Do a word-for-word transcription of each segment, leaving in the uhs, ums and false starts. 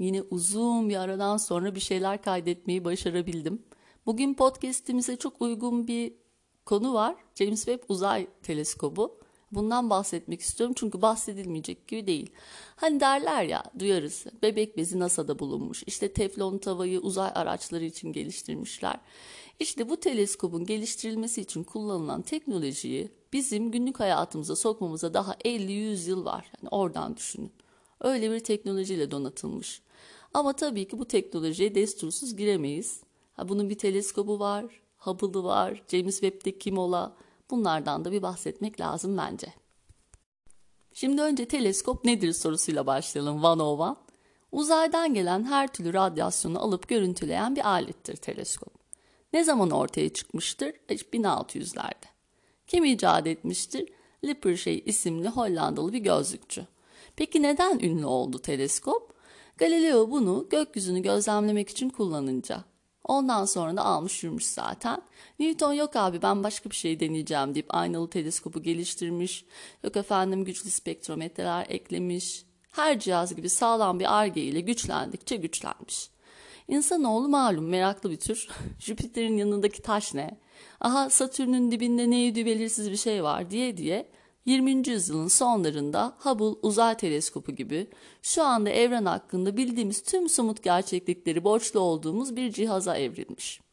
Yine uzun bir aradan sonra bir şeyler kaydetmeyi başarabildim. Bugün podcast'imize çok uygun bir konu var. James Webb Uzay Teleskobu. Bundan bahsetmek istiyorum çünkü bahsedilmeyecek gibi değil. Hani derler ya, duyarız. Bebek bezi NASA'da bulunmuş. İşte teflon tavayı uzay araçları için geliştirmişler. İşte bu teleskobun geliştirilmesi için kullanılan teknolojiyi bizim günlük hayatımıza sokmamıza daha elli yüz yıl var. Yani oradan düşünün. Öyle bir teknolojiyle donatılmış. Ama tabii ki bu teknolojiye destursuz giremeyiz. Ha, bunun bir teleskobu var, Hubble'ı var, James Webb'de kim ola, bunlardan da bir bahsetmek lazım bence. Şimdi önce teleskop nedir sorusuyla başlayalım. yüz bir. Uzaydan gelen her türlü radyasyonu alıp görüntüleyen bir alettir teleskop. Ne zaman ortaya çıkmıştır? bin altı yüzlerde. Kim icat etmiştir? Lippershey isimli Hollandalı bir gözlükçü. Peki neden ünlü oldu teleskop? Galileo bunu gökyüzünü gözlemlemek için kullanınca. Ondan sonra da almış yürümüş zaten. Newton yok abi ben başka bir şey deneyeceğim deyip aynalı teleskobu geliştirmiş. Yok efendim güçlü spektrometreler eklemiş. Her cihaz gibi sağlam bir Ar-Ge ile güçlendikçe güçlenmiş. İnsanoğlu malum meraklı bir tür. Jüpiter'in yanındaki taş ne? Aha Satürn'ün dibinde neydi belirsiz bir şey var diye diye yirminci yüzyılın sonlarında Hubble Uzay Teleskopu gibi şu anda evren hakkında bildiğimiz tüm somut gerçeklikleri borçlu olduğumuz bir cihaza evrilmiş.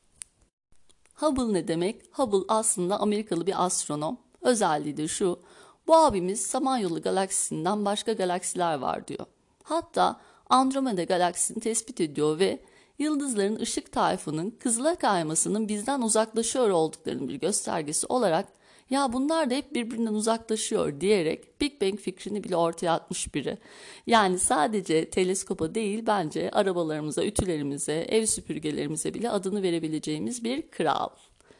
Hubble ne demek? Hubble aslında Amerikalı bir astronom. Özelliği de şu, bu abimiz Samanyolu galaksisinden başka galaksiler var diyor. Hatta Andromeda galaksisini tespit ediyor ve yıldızların ışık tayfunun kızıla kaymasının bizden uzaklaşıyor olduklarının bir göstergesi olarak ya bunlar da hep birbirinden uzaklaşıyor diyerek Big Bang fikrini bile ortaya atmış biri. Yani sadece teleskopa değil bence arabalarımıza, ütülerimize, ev süpürgelerimize bile adını verebileceğimiz bir kral.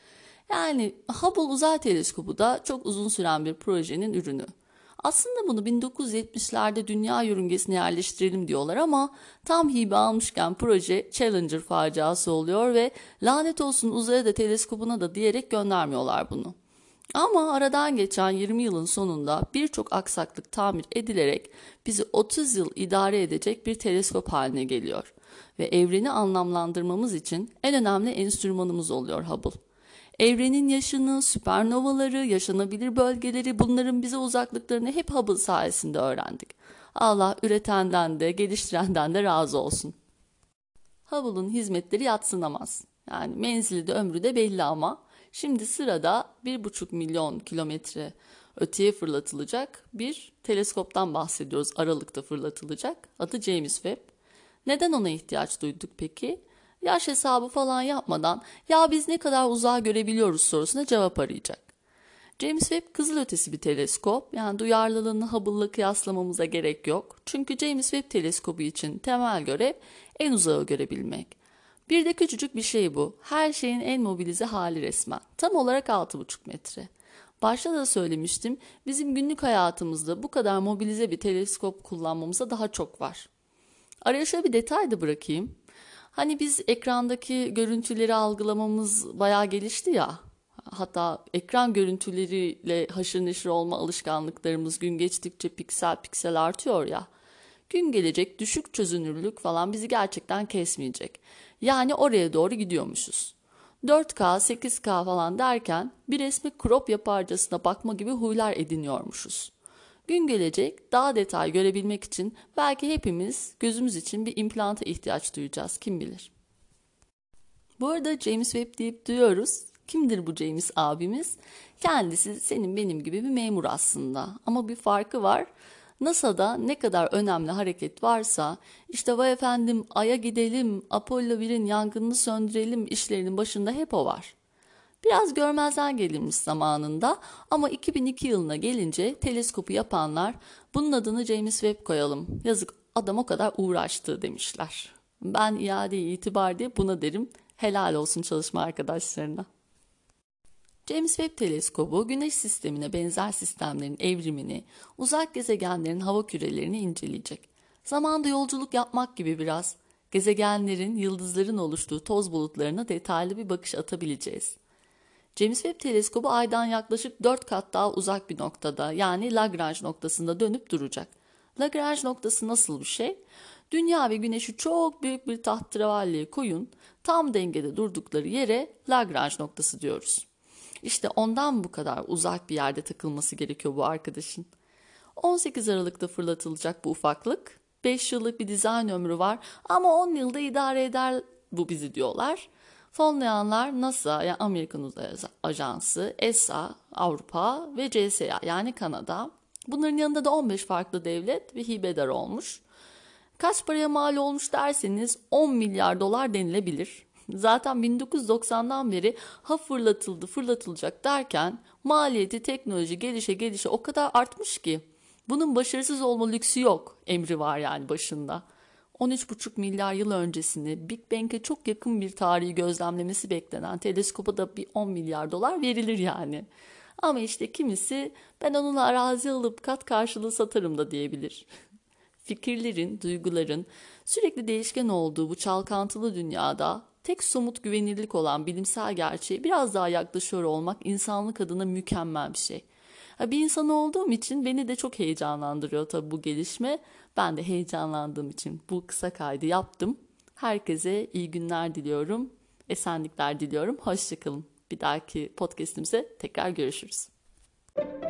Yani Hubble Uzay Teleskobu da çok uzun süren bir projenin ürünü. Aslında bunu bin dokuz yüz yetmişlerde dünya yörüngesine yerleştirelim diyorlar ama tam hibe almışken proje Challenger faciası oluyor ve lanet olsun uzaya da teleskobuna da diyerek göndermiyorlar bunu. Ama aradan geçen yirmi yılın sonunda birçok aksaklık tamir edilerek bizi otuz yıl idare edecek bir teleskop haline geliyor. Ve evreni anlamlandırmamız için en önemli enstrümanımız oluyor Hubble. Evrenin yaşını, süpernovaları, yaşanabilir bölgeleri bunların bize uzaklıklarını hep Hubble sayesinde öğrendik. Allah üretenden de geliştirenden de razı olsun. Hubble'ın hizmetleri yadsınamaz. Yani menzili de ömrü de belli ama şimdi sırada bir buçuk milyon kilometre öteye fırlatılacak bir teleskoptan bahsediyoruz. Aralıkta fırlatılacak. Adı James Webb. Neden ona ihtiyaç duyduk peki? Yaş hesabı falan yapmadan ya biz ne kadar uzağa görebiliyoruz sorusuna cevap arayacak. James Webb kızılötesi bir teleskop. Yani duyarlılığını Hubble'la kıyaslamamıza gerek yok. Çünkü James Webb teleskobu için temel görev en uzağı görebilmek. Bir de küçücük bir şey bu. Her şeyin en mobilize hali resmen. Tam olarak altı buçuk metre. Başta da söylemiştim. Bizim günlük hayatımızda bu kadar mobilize bir teleskop kullanmamıza daha çok var. Araya şöyle bir detay da bırakayım. Hani biz ekrandaki görüntüleri algılamamız bayağı gelişti ya. Hatta ekran görüntüleriyle haşır neşir olma alışkanlıklarımız gün geçtikçe piksel piksel artıyor ya. Gün gelecek düşük çözünürlük falan bizi gerçekten kesmeyecek. Yani oraya doğru gidiyormuşuz. dört K, sekiz K falan derken bir resmi crop yaparcasına bakma gibi huylar ediniyormuşuz. Gün gelecek daha detay görebilmek için belki hepimiz gözümüz için bir implanta ihtiyaç duyacağız kim bilir. Bu arada James Webb deyip duyuyoruz. Kimdir bu James abimiz? Kendisi senin benim gibi bir memur aslında ama bir farkı var. NASA'da ne kadar önemli hareket varsa işte vay efendim Ay'a gidelim, Apollo birin yangınını söndürelim işlerinin başında hep o var. Biraz görmezden gelinmiş zamanında ama iki bin iki yılına gelince teleskopu yapanlar bunun adını James Webb koyalım. Yazık adam o kadar uğraştı demişler. Ben iade-i itibar diye buna derim. Helal olsun çalışma arkadaşlarına. James Webb teleskobu Güneş sistemine benzer sistemlerin evrimini, uzak gezegenlerin hava kürelerini inceleyecek. Zamanda yolculuk yapmak gibi biraz. Gezegenlerin, yıldızların oluştuğu toz bulutlarına detaylı bir bakış atabileceğiz. James Webb teleskobu Ay'dan yaklaşık dört kat daha uzak bir noktada yani Lagrange noktasında dönüp duracak. Lagrange noktası nasıl bir şey? Dünya ve Güneş'i çok büyük bir tahterevalliye koyun, tam dengede durdukları yere Lagrange noktası diyoruz. İşte ondan bu kadar uzak bir yerde takılması gerekiyor bu arkadaşın. on sekiz Aralık'ta fırlatılacak bu ufaklık. beş yıllık bir dizayn ömrü var ama on yılda idare eder bu bizi diyorlar. Fonlayanlar NASA yani Amerikan Uzay Ajansı, E S A Avrupa ve C S A yani Kanada. Bunların yanında da on beş farklı devlet ve hibedar olmuş. Kaç paraya mal olmuş derseniz on milyar dolar denilebilir. Zaten bin dokuz yüz doksandan beri ha fırlatıldı fırlatılacak derken maliyeti teknoloji gelişe gelişe o kadar artmış ki bunun başarısız olma lüksü yok, emri var yani başında. on üç buçuk milyar yıl öncesini Big Bang'e çok yakın bir tarihi gözlemlemesi beklenen teleskopa da bir on milyar dolar verilir yani. Ama işte kimisi ben onunla arazi alıp kat karşılığı satarım da diyebilir. Fikirlerin, duyguların sürekli değişken olduğu bu çalkantılı dünyada tek somut güvenirlik olan bilimsel gerçeğe biraz daha yaklaşıyor olmak insanlık adına mükemmel bir şey. Bir insan olduğum için beni de çok heyecanlandırıyor tabii bu gelişme. Ben de heyecanlandığım için bu kısa kaydı yaptım. Herkese iyi günler diliyorum, esenlikler diliyorum. Hoşça kalın. Bir dahaki podcast'imize tekrar görüşürüz.